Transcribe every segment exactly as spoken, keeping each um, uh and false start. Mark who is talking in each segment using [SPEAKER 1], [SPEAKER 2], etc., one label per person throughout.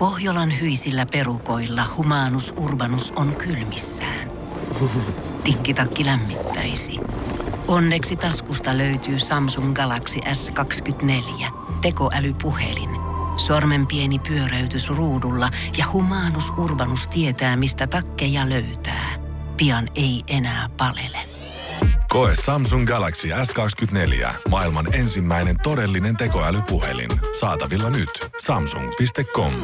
[SPEAKER 1] Pohjolan hyisillä perukoilla Humanus Urbanus on kylmissään. Tikkitakki lämmittäisi. Onneksi taskusta löytyy Samsung Galaxy S kaksikymmentäneljä, tekoälypuhelin. Sormen pieni pyöräytys ruudulla ja Humanus Urbanus tietää, mistä takkeja löytää. Pian ei enää palele.
[SPEAKER 2] Koe Samsung Galaxy S kaksikymmentäneljä, maailman ensimmäinen todellinen tekoälypuhelin. Saatavilla nyt. samsung piste com.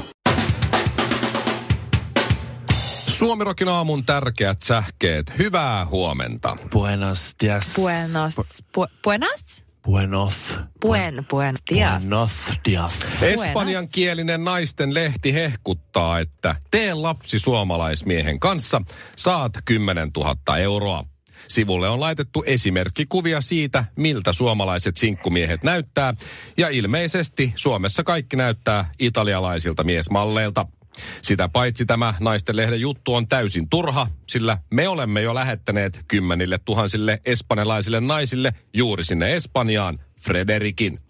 [SPEAKER 3] Suomirokin aamun tärkeät sähkeet. Hyvää huomenta.
[SPEAKER 4] Buenos dias.
[SPEAKER 5] Buenos. Bu- buenas?
[SPEAKER 4] Buenos.
[SPEAKER 5] Buen, buenos dias.
[SPEAKER 4] Buenos dias.
[SPEAKER 3] Espanjankielinen naisten lehti hehkuttaa, että tee lapsi suomalaismiehen kanssa, saat kymmenentuhatta euroa. Sivulle on laitettu esimerkkikuvia siitä, miltä suomalaiset sinkkumiehet näyttää, ja ilmeisesti Suomessa kaikki näyttää italialaisilta miesmalleilta. Sitä paitsi tämä naisten lehden juttu on täysin turha, sillä me olemme jo lähettäneet kymmenille tuhansille espanjalaisille naisille juuri sinne Espanjaan Frederikin.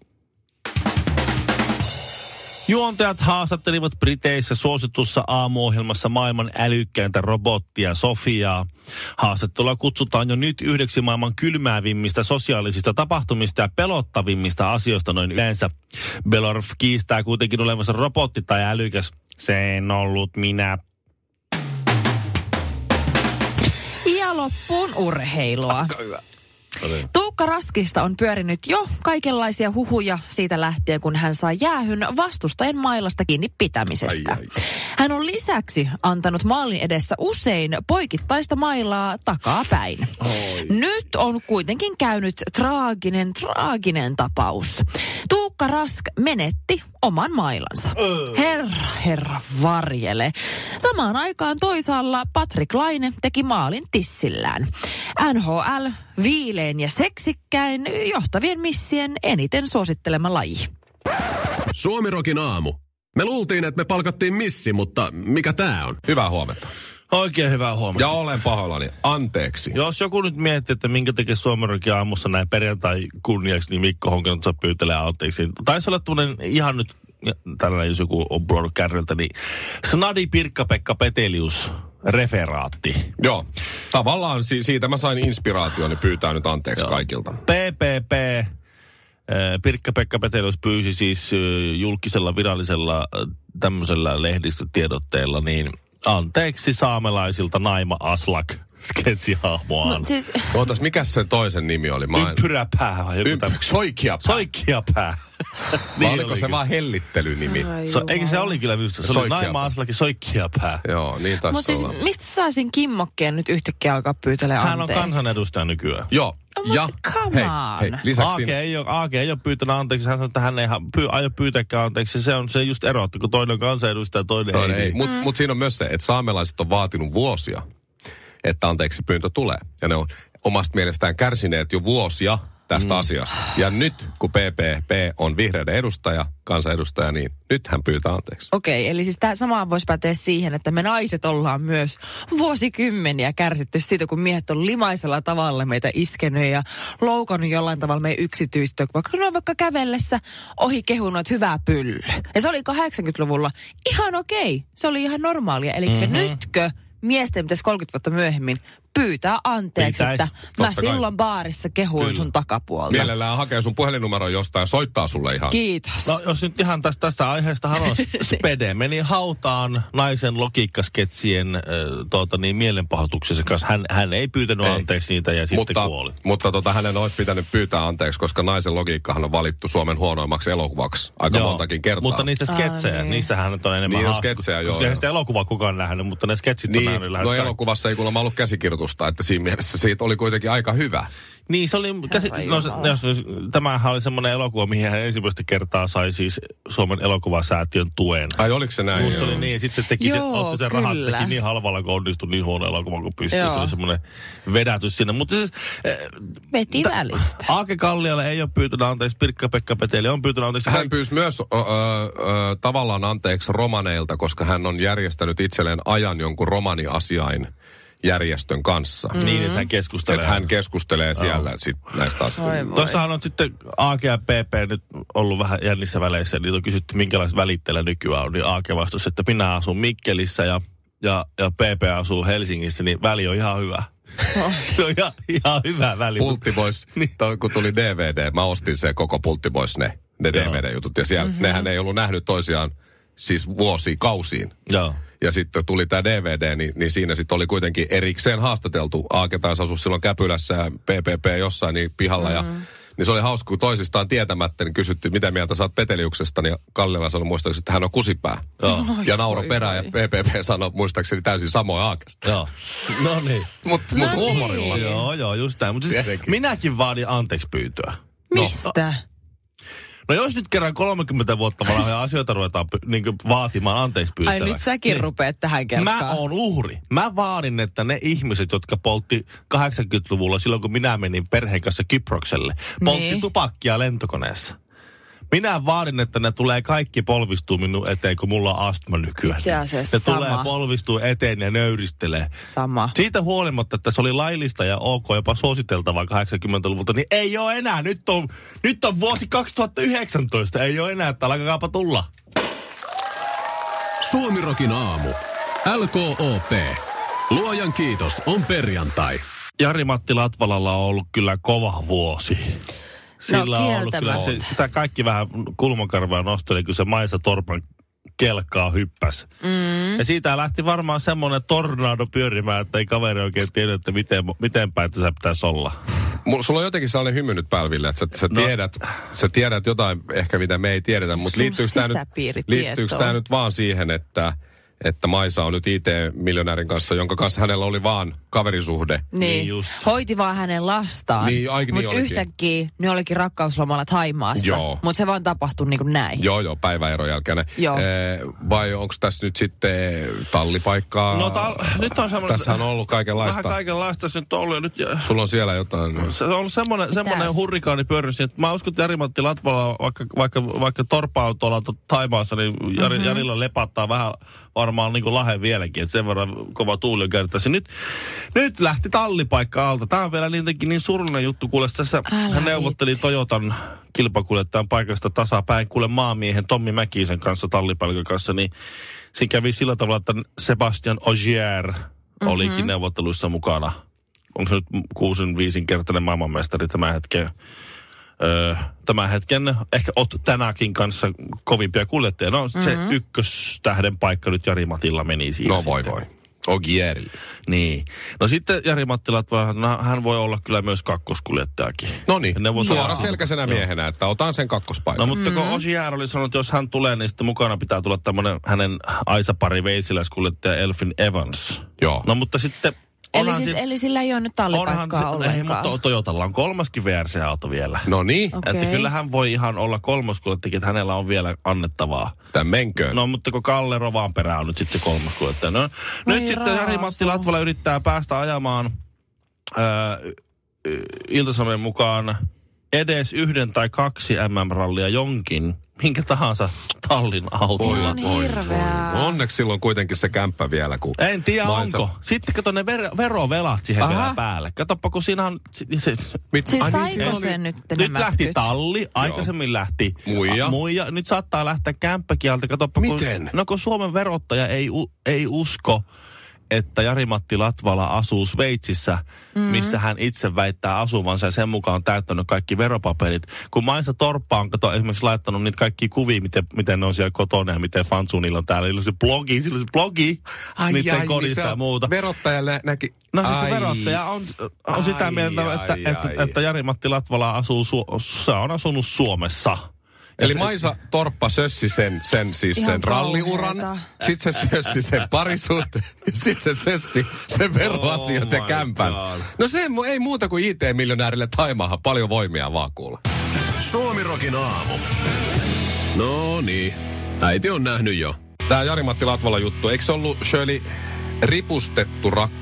[SPEAKER 4] Juontajat haastattelivat Briteissä suositussa aamuohjelmassa maailman älykkäintä robottia Sofiaa. Haastattelua kutsutaan jo nyt yhdeksi maailman kylmäävimmistä sosiaalisista tapahtumista ja pelottavimmista asioista noin yleensä. Belorf kiistää kuitenkin olemassa robotti tai älykäs. Se en ollut minä.
[SPEAKER 5] Ja loppuun urheilua. Tuukka Raskista on pyörinyt jo kaikenlaisia huhuja siitä lähtien, kun hän sai jäähyn vastustajan mailasta kiinni pitämisestä. Ai, ai. Hän on lisäksi antanut maalin edessä usein poikittaista mailaa takapäin. Oi. Nyt on kuitenkin käynyt traaginen, traaginen tapaus. Tuukka Rask menetti oman mailansa. Öö. Herra, herra varjele. Samaan aikaan toisaalla Patrick Laine teki maalin tissillään. N H L, viilein ja seksikkäin, johtavien missien eniten suosittelema laji.
[SPEAKER 6] Suomirokin aamu. Me luultiin, että me palkattiin missi, mutta mikä tää on?
[SPEAKER 3] Hyvää huomenta.
[SPEAKER 4] Oikein hyvää huomenta.
[SPEAKER 3] Ja olen pahoillani. Anteeksi.
[SPEAKER 4] Jos joku nyt miettii, että minkä tekee Suomirokin aamussa näin perjantai kunniaksi, niin Mikko Honkanen saa pyytelee anteeksi. Taisi olla tämmöinen ihan nyt, tällainen jos joku on pudonnut kärryltä, niin Snadi Pirkka-Pekka Petelius referaatti.
[SPEAKER 3] Joo. Tavallaan si- siitä mä sain inspiraationi pyytää nyt anteeksi Joo. kaikilta.
[SPEAKER 4] P P P. Pirkka-Pekka Petelius pyysi siis julkisella virallisella tämmöisellä lehdistötiedotteella niin anteeksi saamelaisilta Naima Aslak sketsihahmoaan.
[SPEAKER 5] No, siis...
[SPEAKER 3] Ootas, mikä sen toisen nimi oli? Mä en...
[SPEAKER 4] Ympyräpää vai joku
[SPEAKER 3] Ymp... Soikiapää.
[SPEAKER 4] Soikiapää.
[SPEAKER 3] niin oliko se vaan hellittelynimi?
[SPEAKER 4] So, eikö se oli kyllä minusta? Se Soikia oli Naima Aslakin Soikiapää.
[SPEAKER 3] Joo, niin taisi
[SPEAKER 5] Mutta
[SPEAKER 3] olla.
[SPEAKER 5] siis mistä saisin kimmokkeen nyt yhtäkkiä alkaa pyytelemään anteeksi?
[SPEAKER 4] Hän on kansanedustaja nykyään.
[SPEAKER 3] Joo.
[SPEAKER 5] No,
[SPEAKER 3] ja
[SPEAKER 5] come
[SPEAKER 3] hei, hei, lisäksi...
[SPEAKER 4] A G ei ole, A G ei ole pyytänyt anteeksi. Hän sanoi, että hän ei pyy, aio pyytääkään anteeksi. Se on se just ero, että kun toinen on kansanedustaja ja toinen, toinen ei. ei.
[SPEAKER 3] Mutta mm. mut siinä on myös se, että saamelaiset on vaatinut vuosia, että anteeksi pyyntö tulee. Ja ne on omasta mielestään kärsineet jo vuosia tästä mm. asiasta. Ja nyt, kun P P P on vihreiden edustaja, kansanedustaja, niin nyt hän pyytää anteeksi.
[SPEAKER 5] Okei, eli siis tämä sama voisi päteä siihen, että me naiset ollaan myös vuosikymmeniä kärsitty siitä, kun miehet on limaisella tavalla meitä iskenyt ja loukannut jollain tavalla meidän yksityistä, vaikka ne on vaikka kävellessä ohi kehunut hyvää pylly. Ja se oli kahdeksankymmentäluvulla ihan okei. Se oli ihan normaalia. Eli mm-hmm. nytkö miesten pitäisi kolmekymmentä vuotta myöhemmin pyytää anteeksi, Pitäis, että mä silloin kai. baarissa kehuin Kyllä. sun takapuolta.
[SPEAKER 3] Mielellään hakee sun puhelinnumeron jostain ja soittaa sulle ihan.
[SPEAKER 5] Kiitos.
[SPEAKER 4] No jos nyt ihan tästä, tästä aiheesta haluan, Spede meni hautaan naisen logiikkasketsien äh, tuota, niin, mielenpahoituksensa kanssa. Hän, hän ei pyytänyt ei. anteeksi niitä ja
[SPEAKER 3] mutta,
[SPEAKER 4] sitten kuoli.
[SPEAKER 3] Mutta tota, hänen olisi pitänyt pyytää anteeksi, koska naisen logiikkahan on valittu Suomen huonoimmaksi elokuvaksi aika Joo, montakin kertaa.
[SPEAKER 4] Mutta niistä sketsejä, niin. niistähän nyt on enemmän
[SPEAKER 3] niin
[SPEAKER 4] haastu.
[SPEAKER 3] sketsejä, joo.
[SPEAKER 4] Eihän sitä elokuvaa kukaan nähnyt, mutta ne sketsit
[SPEAKER 3] niin,
[SPEAKER 4] on nähnyt lähes
[SPEAKER 3] no
[SPEAKER 4] kaikki.
[SPEAKER 3] elokuvassa ei kuulemma ollut käsikirjoitusta, että siinä mielessä siitä oli kuitenkin aika hyvä.
[SPEAKER 4] Niin, se oli, käsi, no, jos, tämähän oli semmoinen elokuva, mihin hän ensimmäistä kertaa sai siis Suomen elokuvasäätiön tuen.
[SPEAKER 3] Ai oliko se näin?
[SPEAKER 4] Se oli niin, sitten se teki joo, se, otti sen rahat, teki niin halvalla, kun onnistui niin huono elokuva kuin pystyi. Se oli semmoinen vedätys siinä. Mutta siis...
[SPEAKER 5] Veti ta- välistä.
[SPEAKER 4] Aake Kallialle ei ole pyytänyt anteeksi, Pirkka-Pekka Peteli on pyytänyt anteeksi.
[SPEAKER 3] Hän pyysi myös ö, ö, tavallaan anteeksi romaneilta, koska hän on järjestänyt itselleen ajan jonkun romaniasiain järjestön kanssa.
[SPEAKER 4] Mm-hmm. Niin, että hän keskustelee.
[SPEAKER 3] Että hän keskustelee siellä oh. sit näistä asioista.
[SPEAKER 4] Tuossahan on sitten A G ja P P nyt ollut vähän jännissä väleissä. Niitä on kysytty, minkälaiset välittelyä nykyään on. Niin A G vastasi, että minä asun Mikkelissä ja, ja, ja P P asuu Helsingissä, niin väli on ihan hyvä. Oh. Se on ihan, ihan hyvä väli.
[SPEAKER 3] Pultti Boys, niin. kun tuli D V D, mä ostin se koko Pultti Boys ne, ne D V D-jutut. Ja siellä mm-hmm. nehän ei ollut nähnyt toisiaan siis vuosia kausiin.
[SPEAKER 4] Joo.
[SPEAKER 3] Ja sitten tuli tämä D V D, niin, niin siinä sitten oli kuitenkin erikseen haastateltu. Aake taisi asua silloin Käpylässä ja P P P jossain niin pihalla. Mm-hmm. Ja, niin se oli hauska, kun toisistaan tietämättä, niin kysyttiin, mitä mieltä sä oot Peteliuksesta. Niin Kallila sanoi muistaakseni, että hän on kusipää.
[SPEAKER 4] Joo.
[SPEAKER 3] Ja nauro perään ja P P P sanoi muistaakseni täysin samoin Aakesta.
[SPEAKER 4] Joo. No niin.
[SPEAKER 3] Mutta mut huumorilla.
[SPEAKER 4] Niin. Joo, joo, just näin. Mutta siis minäkin vaadin anteeksi pyytöä.
[SPEAKER 5] Mistä?
[SPEAKER 4] No. No jos nyt kerran kolmekymmentä vuotta vanhoja asioita ruvetaan niin vaatimaan anteeksi pyytäväksi.
[SPEAKER 5] Ai nyt säkin niin rupeat tähän kertaan.
[SPEAKER 4] Mä oon uhri. Mä vaadin, että ne ihmiset, jotka poltti kahdeksankymmentäluvulla silloin, kun minä menin perheen kanssa Kyprokselle, poltti niin tupakkia lentokoneessa. Minä vaadin, että ne tulee kaikki polvistuu minun eteen, kun mulla on astma nykyään.
[SPEAKER 5] Itse asiassa
[SPEAKER 4] ne
[SPEAKER 5] sama.
[SPEAKER 4] tulee polvistuu eteen ja nöyristelee.
[SPEAKER 5] Sama.
[SPEAKER 4] Siitä huolimatta, että se oli laillista ja ok, jopa suositeltavaa kahdeksankymmentäluvulta, niin ei ole enää. Nyt on, nyt on vuosi kaksituhattayhdeksäntoista. Ei ole enää, että alkakaapa tulla.
[SPEAKER 6] Suomirokin aamu. L K O P. Luojan kiitos, on perjantai.
[SPEAKER 4] Jari-Matti Latvalalla on ollut kyllä kova vuosi. Sillä
[SPEAKER 5] no,
[SPEAKER 4] on ollut kyllä se, sitä kaikki vähän kulmakarvaa nosteli, kun se Maisa Torpan kelkkaa hyppäsi. Mm. Ja siitä lähti varmaan semmoinen tornado pyörimään, että ei kaveri oikein tiedä, että miten, miten päin tässä pitäisi olla.
[SPEAKER 3] Mulla, sulla on jotenkin sellainen hymy nyt pälvillä, että sä, sä, no. tiedät, sä tiedät jotain ehkä, mitä me ei tiedetä, mutta liittyykö tämä nyt, liittyykö tämä nyt vaan siihen, että että Maisa on nyt I T-miljonäärin kanssa, jonka kanssa hänellä oli vaan kaverisuhde.
[SPEAKER 5] Niin, niin just. Hoiti vaan hänen lastaan.
[SPEAKER 3] Niin, niin
[SPEAKER 5] mutta yhtäkkiä ne olikin rakkauslomalla Thaimaassa. Mutta se vaan tapahtui niin kuin näin.
[SPEAKER 3] Joo, joo, päiväeron jälkeen.
[SPEAKER 5] Joo.
[SPEAKER 3] Eh, vai onko tässä nyt sitten tallipaikkaa?
[SPEAKER 4] No tal- nyt on semmoinen...
[SPEAKER 3] Tässä on ollut kaikenlaista.
[SPEAKER 4] Vähän kaikenlaista tässä nyt ollut. Nyt ja...
[SPEAKER 3] Sulla on siellä jotain...
[SPEAKER 4] Se on ollut semmoinen, semmoinen hurrikaani pyörissä, että mä uskon, että Jari-Matti Latvala, vaikka, vaikka, vaikka torppa on tuolla Thaimaassa, niin Jari, mm-hmm. Jarilla lepattaa vähän... Varmaan niin kuin Lahden vieläkin, että sen verran kova tuuli on käyttäisi. Nyt, nyt lähti tallipaikka alta. Tämä on vielä niitäkin niin surullinen juttu. Kuule, tässä Älä hän neuvotteli it. Toyotan kilpakuljettajan paikasta tasapäin. Kuule maamiehen Tommi Mäkisen kanssa tallipaikan kanssa. Niin siinä kävi sillä tavalla, että Sebastian Ogier mm-hmm. olikin neuvotteluissa mukana. Onko se nyt kuusin viisinkertainen maailmanmestari tämän hetken? Öö, tämän hetken ehkä oot tänäkin kanssa kovimpia kuljettajia. No mm-hmm. se ykköstähden paikka nyt Jari-Matilla meni siinä.
[SPEAKER 3] No voi voi. Ogieri.
[SPEAKER 4] Niin. No sitten Jari-Matti Latvala, no, hän voi olla kyllä myös kakkoskuljettajakin.
[SPEAKER 3] No niin, suora selkäisenä miehenä, että otan sen kakkospaikan.
[SPEAKER 4] No mutta kun mm-hmm. Ogier oli sanonut, että jos hän tulee, niin sitten mukana pitää tulla tämmöinen hänen aisapari veisiläiskuljettaja Elfin Evans.
[SPEAKER 3] Joo.
[SPEAKER 4] No mutta sitten...
[SPEAKER 5] Eli, siis, eli sillä ei ole nyt tallipaikkaa se, ollenkaan.
[SPEAKER 4] Ei, mutta Toyotalla on kolmaskin V R C-auto vielä.
[SPEAKER 3] No niin.
[SPEAKER 5] Okay.
[SPEAKER 4] Että kyllähän voi ihan olla kolmoskuljettajakin, että hänellä on vielä annettavaa.
[SPEAKER 3] Tän menköön.
[SPEAKER 4] No mutta kun Kalle Rovanperä on nyt sitten kolmoskuljettaja. No, nyt sitten Jari-Matti Latvala yrittää päästä ajamaan ää, Ilta-Sanomien mukaan edes yhden tai kaksi M M-rallia jonkin, minkä tahansa tallin autolla.
[SPEAKER 5] On hirveää.
[SPEAKER 3] Onneksi silloin kuitenkin se kämppä vielä. Kun
[SPEAKER 4] en tiedä
[SPEAKER 3] Maisa...
[SPEAKER 4] onko. Sitten kato ne ver- verovelat siihen Aha. vielä päälle. Katoppa kun siinä on... Se, se,
[SPEAKER 5] Mit... Siis Ai, saiko se, se nyt
[SPEAKER 4] Nyt lähti kyt. talli, aikaisemmin Joo. lähti
[SPEAKER 3] muija.
[SPEAKER 4] muija. Nyt saattaa lähteä kämppäkin alta. Katoppa,
[SPEAKER 3] Miten?
[SPEAKER 4] Kun, no kun Suomen verottaja ei, u, ei usko, että Jari-Matti Latvala asuu Sveitsissä, mm-hmm. missä hän itse väittää asuvansa ja sen mukaan on täyttänyt kaikki veropaperit. Kun Maisa Torppa on kato, esimerkiksi laittanut niitä kaikki kuvia, miten, miten ne on siellä kotona ja miten fansunilla on täällä. Niillä on se blogi, sillä on se blogi, ai, niiden ai, kodista niin ja muuta.
[SPEAKER 3] Verottaja nä- näki...
[SPEAKER 4] No siis se verottaja on, on ai, sitä mieltä, ai, että, ai, että, ai. että Jari-Matti Latvala asuu, Su- se on asunut Suomessa.
[SPEAKER 3] Eli Maisa Torppa sössi sen, sen siis Ihan sen ralliuran, sitten se sössi sen parisuhteen, sitten se sössi sen veroasiat oh ja kämpän. God. No se ei muuta kuin I T-miljonäärille Taimaahan paljon voimia vaan kuulla.
[SPEAKER 6] Suomirokin aamu. No niin, äiti on nähnyt jo.
[SPEAKER 3] Tää Jari-Matti Latvala juttu, eikö se ollut Shirley ripustettu rakkaus?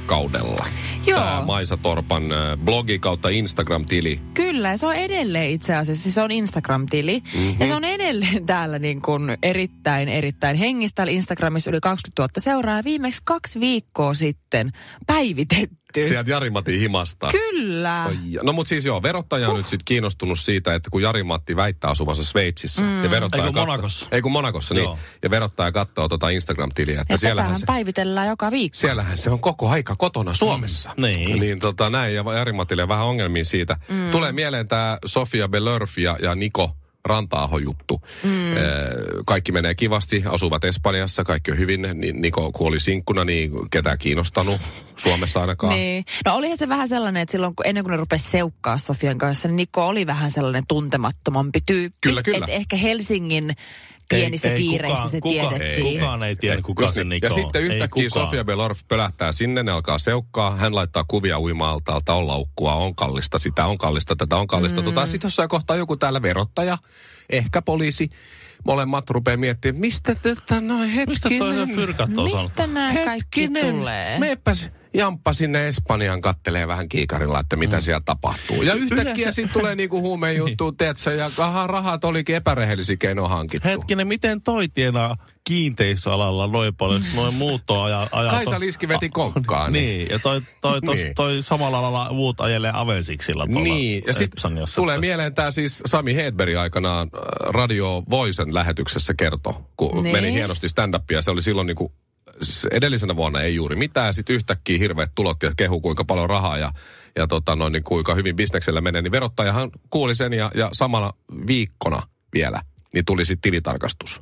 [SPEAKER 3] rakkaudella.
[SPEAKER 5] Joo.
[SPEAKER 3] Tämä Maisa Torpan äh, blogi kautta Instagram-tili.
[SPEAKER 5] Kyllä, se on edelleen itse asiassa, se on Instagram-tili. Mm-hmm. Ja se on edelleen täällä niin kuin erittäin, erittäin hengistä. Instagramissa yli kaksikymmentätuhatta seuraa. Viimeksi kaksi viikkoa sitten päivitetty.
[SPEAKER 3] Sieltä Jari-Matin himasta.
[SPEAKER 5] Kyllä.
[SPEAKER 3] Oi, no mutta siis joo, verottaja on uh. nyt sitten kiinnostunut siitä, että kun Jari-Matti väittää asuvansa Sveitsissä. Mm. Ja verottaja
[SPEAKER 4] ei kun
[SPEAKER 3] katso,
[SPEAKER 4] Monakossa.
[SPEAKER 3] Ei kun Monakossa, niin. Joo. Ja verottaja katsoo tota Instagram-tiliä. Että
[SPEAKER 5] ja
[SPEAKER 3] siellähän se
[SPEAKER 5] päivitellään joka viikko.
[SPEAKER 3] Siellähän se on koko aika kotona Suomessa.
[SPEAKER 4] Mm. Niin.
[SPEAKER 3] Niin tota näin, ja Jari-Matille vähän ongelmia siitä. Mm. Tulee mieleen tämä Sofia Belörf ja, ja Niko Ranta-aho-juttu. Mm. Kaikki menee kivasti, asuvat Espanjassa, kaikki on hyvin. Niko kuoli sinkkuna, niin ketään kiinnostanut Suomessa ainakaan.
[SPEAKER 5] Niin. No olihan se vähän sellainen, että silloin kun, ennen kuin ne rupesi seukkaa Sofian kanssa, niin Niko oli vähän sellainen tuntemattomampi tyyppi.
[SPEAKER 3] Kyllä, kyllä.
[SPEAKER 5] Että ehkä Helsingin pienissä
[SPEAKER 4] ei,
[SPEAKER 5] piireissä
[SPEAKER 4] kukaan,
[SPEAKER 5] se
[SPEAKER 4] kukaan,
[SPEAKER 5] tiedettiin.
[SPEAKER 4] Ei, kukaan ei tiedä, kuka se Niko
[SPEAKER 3] on. Ja sitten yhtäkkiä Sofia Belörf pölähtää sinne, ne alkaa seukkaa. Hän laittaa kuvia uima-altaalta, on laukkua, on kallista, sitä on kallista, tätä on kallista. Mm. Tota, sitten jossain kohtaa joku täällä verottaja, ehkä poliisi, molemmat rupeaa miettimään, mistä tätä noin hetkinen.
[SPEAKER 4] Mistä toi fyrkat on saanut?
[SPEAKER 5] Mistä nämä kaikki tulee?
[SPEAKER 3] Meepäs jamppa sinne Espanjaan kattelee vähän kiikarilla, että mitä mm. siellä tapahtuu. Ja yhtäkkiä sitten tulee niinku huumejuttu, teetkö, ja aha, rahat olikin epärehellisiä keinoin hankittu.
[SPEAKER 4] Hetkinen, miten toi tienaa kiinteistöalalla noin paljon, noin muuttoa ajaa? Aja,
[SPEAKER 3] Kaisa Liski veti konkkaan.
[SPEAKER 4] Niin, niin, ja toi, toi, toi, niin. toi samalla lailla muut ajelee Avensiksilla tuolla.
[SPEAKER 3] Niin, ja sitten tulee mieleen tämä siis Sami Hedberg aikanaan Radio Voicen lähetyksessä kertoi, kun niin. meni hienosti stand-upia. Se oli silloin niinku edellisenä vuonna ei juuri mitään, sitten yhtäkkiä hirveät tulot ja kehu kuinka paljon rahaa ja, ja tota noin, niin kuinka hyvin bisneksellä menee, niin verottajahan kuuli sen ja, ja samana viikkona vielä, niin tuli sitten tilitarkastus.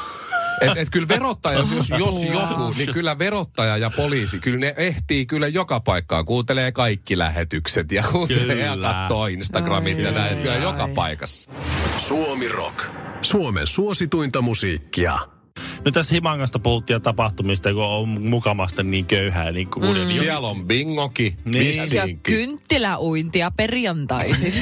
[SPEAKER 3] Et, et kyllä verottaja, jos, jos joku, niin kyllä verottaja ja poliisi, kyllä ne ehtii kyllä joka paikkaan, kuuntelee kaikki lähetykset ja kuuntelee kyllä. ja katsoo Instagramit ai, ja näin, kyllä joka paikassa.
[SPEAKER 6] Suomi Rock. Suomen suosituinta musiikkia.
[SPEAKER 4] Nyt tässä Himangasta puhuttiin ja tapahtumista, kun on mukamasta niin köyhää. Niin kuin
[SPEAKER 3] mm. Siellä on bingoki.
[SPEAKER 5] Niin. Ja kynttiläuintia perjantaisin.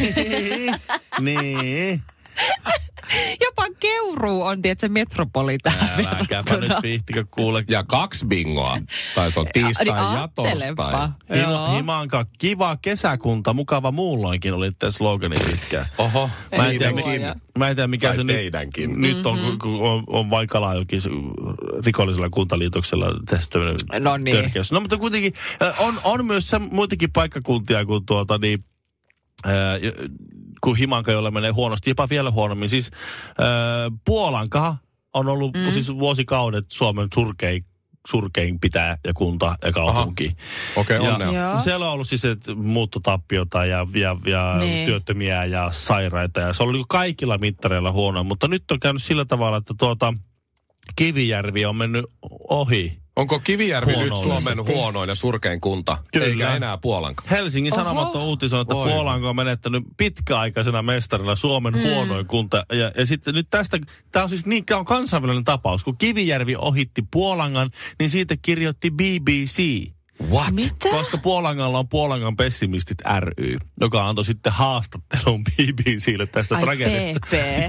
[SPEAKER 4] niin.
[SPEAKER 5] Jopa Keuruu on, tiedätkö, metropoli tähän
[SPEAKER 4] Äläkääpä nyt viihtikö kuule.
[SPEAKER 3] Ja kaksi bingoa. Tai se on tiistai niin ja torstai.
[SPEAKER 4] Hima, Himanka, kiva kesäkunta, mukava muulloinkin oli tämä slogani pitkään.
[SPEAKER 3] Oho,
[SPEAKER 4] mä en tiedä, mä en tiedä mikä
[SPEAKER 3] tai
[SPEAKER 4] se
[SPEAKER 3] teidänkin.
[SPEAKER 4] Nyt, nyt on, mm-hmm. kun on, on vain Kalajoki rikollisella kuntaliitoksella tästä
[SPEAKER 5] no niin.
[SPEAKER 4] törkeys. No mutta kuitenkin on, on myös se muitakin paikkakuntia kuin tuota niin, äh, kun Himanka, jolla menee huonosti, jopa vielä huonommin. Siis äh, Puolanka on ollut mm. siis vuosikaudet Suomen surkein, surkein pitää ja kunta ja kaupunki.
[SPEAKER 3] Okei, okay, onnea.
[SPEAKER 4] Siellä on ollut siis muuttotappiota ja, ja, ja niin. työttömiä ja sairaita. Ja se on ollut kaikilla mittareilla huono. Mutta nyt on käynyt sillä tavalla, että tuota Kivijärvi on mennyt ohi.
[SPEAKER 3] Onko Kivijärvi nyt Suomen huonoin ja surkein kunta? Kyllä. Eikä enää Puolanka?
[SPEAKER 4] Helsingin Sanomat on uutisoinut, että Oi. Puolanka on menettänyt pitkäaikaisena mestarina Suomen mm. huonoin kunta. Ja, ja sitten nyt tästä, tämä on siis niin on kansainvälinen tapaus. Kun Kivijärvi ohitti Puolangan, niin siitä kirjoitti B B C.
[SPEAKER 3] What?
[SPEAKER 5] Mitä?
[SPEAKER 4] Koska Puolangalla on Puolangan pessimistit ry, joka antoi sitten haastattelun B B C:lle tästä
[SPEAKER 5] Ai
[SPEAKER 4] tragediasta.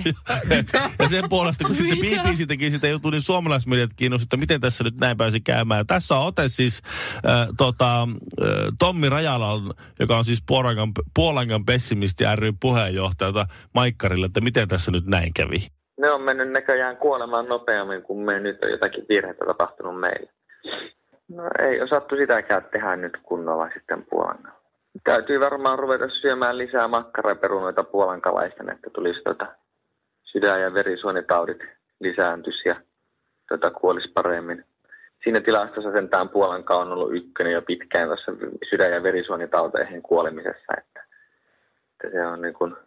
[SPEAKER 4] Ja sen puolesta, kun sitten B B C teki sitä juttua, niin suomalaismediat kiinnosti, että miten tässä nyt näin pääsi käymään. Tässä on ote siis äh, tota, äh, Tommi Rajala, joka on siis Puolangan, Puolangan pessimisti ry puheenjohtajalta Maikkarille, että miten tässä nyt näin kävi.
[SPEAKER 7] Ne on mennyt näköjään kuolemaan nopeammin, kun me nyt on jotakin virhettä tapahtunut meille. No ei osattu sitäkään tehdä nyt kunnolla sitten Puolangalla. Täytyy varmaan ruveta syömään lisää makkaraperunoita puolankalaisten, että tulisi tota sydän- ja verisuonitaudit lisääntyisi ja tota kuolisi paremmin. Siinä tilastossa sentään Puolanka on ollut ykkönen jo pitkään tuossa sydän- ja verisuonitauteihin kuolemisessa. Että, että se on niin kuin,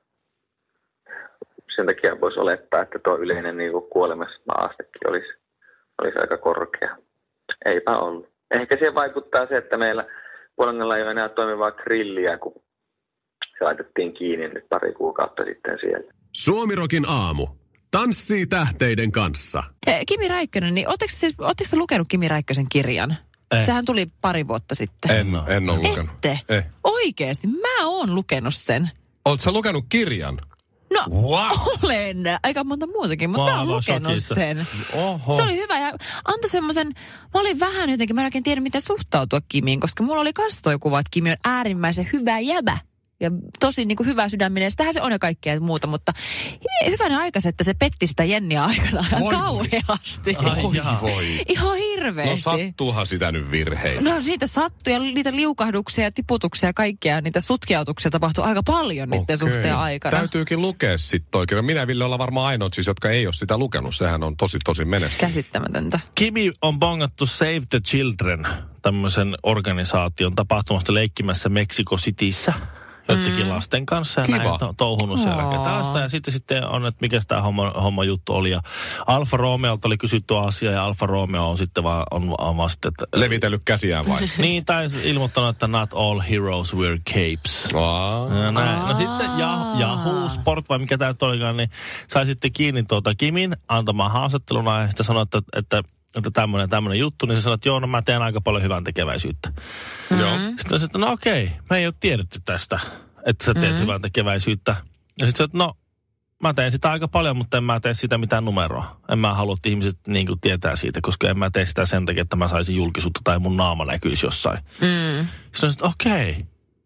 [SPEAKER 7] sen takia voisi olettaa, että tuo yleinen niin kuin kuolemassa-astekin olisi, olisi aika korkea. Eipä ollut. Ehkä siihen vaikuttaa se, että meillä Puolangalla ei ole enää toimivaa grilliä, kun se laitettiin kiinni nyt pari kuukautta sitten siellä.
[SPEAKER 6] Suomirokin aamu. Tanssii tähteiden kanssa.
[SPEAKER 5] Kimi Räikkönen, niin ootteko te lukenut Kimi Räikkösen kirjan? Eh. Sehän tuli pari vuotta sitten.
[SPEAKER 3] En, en ole lukenut.
[SPEAKER 5] Ette? Eh. Oikeesti? Mä oon lukenut sen.
[SPEAKER 3] Oletko sä lukenut kirjan?
[SPEAKER 5] No,
[SPEAKER 3] Wow.
[SPEAKER 5] olen aika monta muutakin, mutta mä oon lukenut
[SPEAKER 4] shokissa.
[SPEAKER 5] sen.
[SPEAKER 3] Oho.
[SPEAKER 5] Se oli hyvä ja antoi semmoisen, mä olin vähän jotenkin, mä en oikein tiedä miten suhtautua Kimiin, koska mulla oli kans toi kuva, että Kimi on äärimmäisen hyvä jäbä. Ja tosi niin kuin hyvä sydäminen. Sitähän se on ja kaikkea muuta, mutta hyvänä aikaisin, että se petti sitä Jenniä aikana
[SPEAKER 3] Voi
[SPEAKER 5] kauheasti.
[SPEAKER 3] Voi voi.
[SPEAKER 5] Ihan
[SPEAKER 3] No
[SPEAKER 5] hirveästi.
[SPEAKER 3] sattuuhan sitä nyt virheitä.
[SPEAKER 5] No siitä sattui ja niitä liukahduksia ja tiputuksia ja kaikkea, niitä sutkiautuksia tapahtui aika paljon niiden
[SPEAKER 3] Okei.
[SPEAKER 5] suhteen aikana.
[SPEAKER 3] Täytyykin lukea sitten oikein. Minä ja Ville ollaan varmaan ainoat siis, jotka ei ole sitä lukenut. Sehän on tosi, tosi menestynyt.
[SPEAKER 5] Käsittämätöntä.
[SPEAKER 4] Kimi on bongattu Save the Children, tämmöisen organisaation tapahtumasta leikkimässä Mexico Cityssä. Jotenkin mm. lasten kanssa ja
[SPEAKER 3] Kiva.
[SPEAKER 4] näin to- touhunut siellä tällaista. Ja sitten, sitten on, että mikä tämä homma, homma juttu oli. Ja Alfa Romeolta oli kysytty asia ja Alfa Romeo on sitten vaan, on, on vaan sitten, että...
[SPEAKER 3] Levitellyt käsiään vai?
[SPEAKER 4] Niin, tai ilmoittanut, että not all heroes wear capes.
[SPEAKER 3] Aa.
[SPEAKER 4] Ja näin. No sitten Yah- Yahoo Sport, vai mikä tämä nyt olikaan, niin sai sitten kiinni tuota Kimin antamaan haastatteluna ja sitten sanoi, että, että että tämmöinen tämmöinen juttu, niin se sanoi, että joo, no mä teen aika paljon hyvän tekeväisyyttä.
[SPEAKER 5] Mm-hmm.
[SPEAKER 3] Joo.
[SPEAKER 4] Sitten sanoin, että no okei, me ei ole tiedetty tästä, että sä teet mm-hmm. hyvän tekeväisyyttä. Ja sitten että no, mä teen sitä aika paljon, mutta en mä tee sitä mitään numeroa. En mä halua, että ihmiset niin kuin tietää siitä, koska en mä tee sitä sen takia, että mä saisin julkisuutta tai mun naama näkyisi jossain. Mm. Sitten että okei,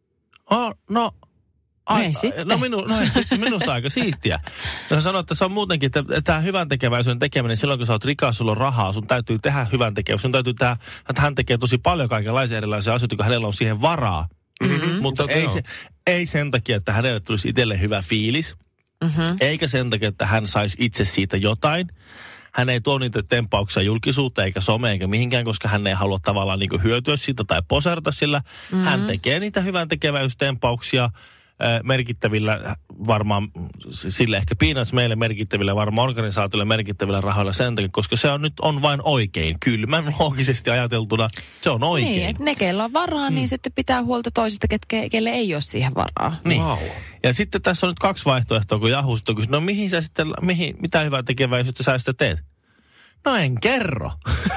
[SPEAKER 4] oh, no... Ai,
[SPEAKER 5] ei sitten.
[SPEAKER 4] No, minu, no ei sitten, minusta aika siistiä. Ja sanoin, että se on muutenkin, että, että tämä hyvän tekeväisyyden tekeminen, silloin kun sä oot rikas, sulla on rahaa, sun täytyy tehdä hyvän tekeväisyyden. Sun täytyy tehdä, että hän tekee tosi paljon kaikenlaisia erilaisia asioita, kun hänellä on siihen varaa. Mm-hmm. Mutta ei, se, ei sen takia, että hänelle tulisi itselle hyvä fiilis. Mm-hmm. Eikä sen takia, että hän saisi itse siitä jotain. Hän ei tuo niitä tempauksia julkisuutta eikä some eikä mihinkään, koska hän ei halua tavallaan niin kuin hyötyä siitä tai poserata sillä. Mm-hmm. Hän tekee niitä hyvän tekeväisystempauksia merkittävillä varmaan, sille ehkä Peanuts meille merkittävillä, varmaan organisaatioille merkittävillä rahoilla sen takia, koska se on nyt on vain oikein. Kylmän loogisesti ajateltuna se on oikein.
[SPEAKER 5] Niin, että ne, keillä on varaa, mm. niin sitten pitää huolta toisista, ketkä, kelle ei ole siihen varaa.
[SPEAKER 4] Niin.
[SPEAKER 3] Wow.
[SPEAKER 4] Ja sitten tässä on nyt kaksi vaihtoehtoa, kun Yahoosta kysyy, no mihin sä sitten, mihin, mitä hyvää tekeväisyyttä sä sitä teet? No en kerro.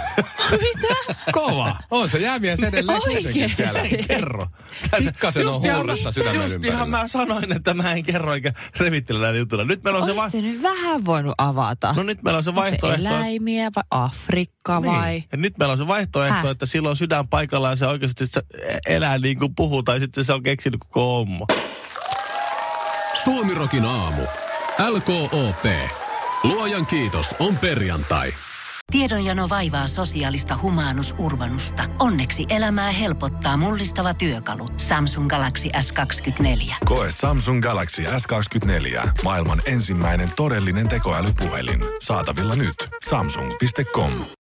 [SPEAKER 5] Mitä?
[SPEAKER 4] Kova.
[SPEAKER 3] On se jäämies edelleen kuitenkin siellä.
[SPEAKER 4] En kerro.
[SPEAKER 3] Pikkasen on huurasta sydämen
[SPEAKER 4] Just
[SPEAKER 3] ympärillä.
[SPEAKER 4] ihan mä sanoin, että mä en kerro eikä revittele näitä juttuja. Nyt meillä on se, va-
[SPEAKER 5] se nyt vähän voinut avata.
[SPEAKER 4] no, nyt meillä on se
[SPEAKER 5] Onko se
[SPEAKER 4] vaihtoehto.
[SPEAKER 5] eläimiä vai Afrikka
[SPEAKER 4] Niin.
[SPEAKER 5] vai?
[SPEAKER 4] Ja nyt meillä on se vaihtoehto,
[SPEAKER 5] Häh?
[SPEAKER 4] että silloin sydän paikallaan se oikeasti se elää niin kuin puhuu, tai sitten se on keksinyt koko homma.
[SPEAKER 6] Suomirokin aamu. L K O P. Luojan kiitos, on perjantai.
[SPEAKER 1] Tiedonjano vaivaa sosiaalista humanus urbanusta. Onneksi elämää helpottaa mullistava työkalu. Samsung Galaxy S kaksikymmentäneljä.
[SPEAKER 2] Koe Samsung Galaxy S kaksikymmentäneljä. Maailman ensimmäinen todellinen tekoälypuhelin. Saatavilla nyt. Samsung piste com.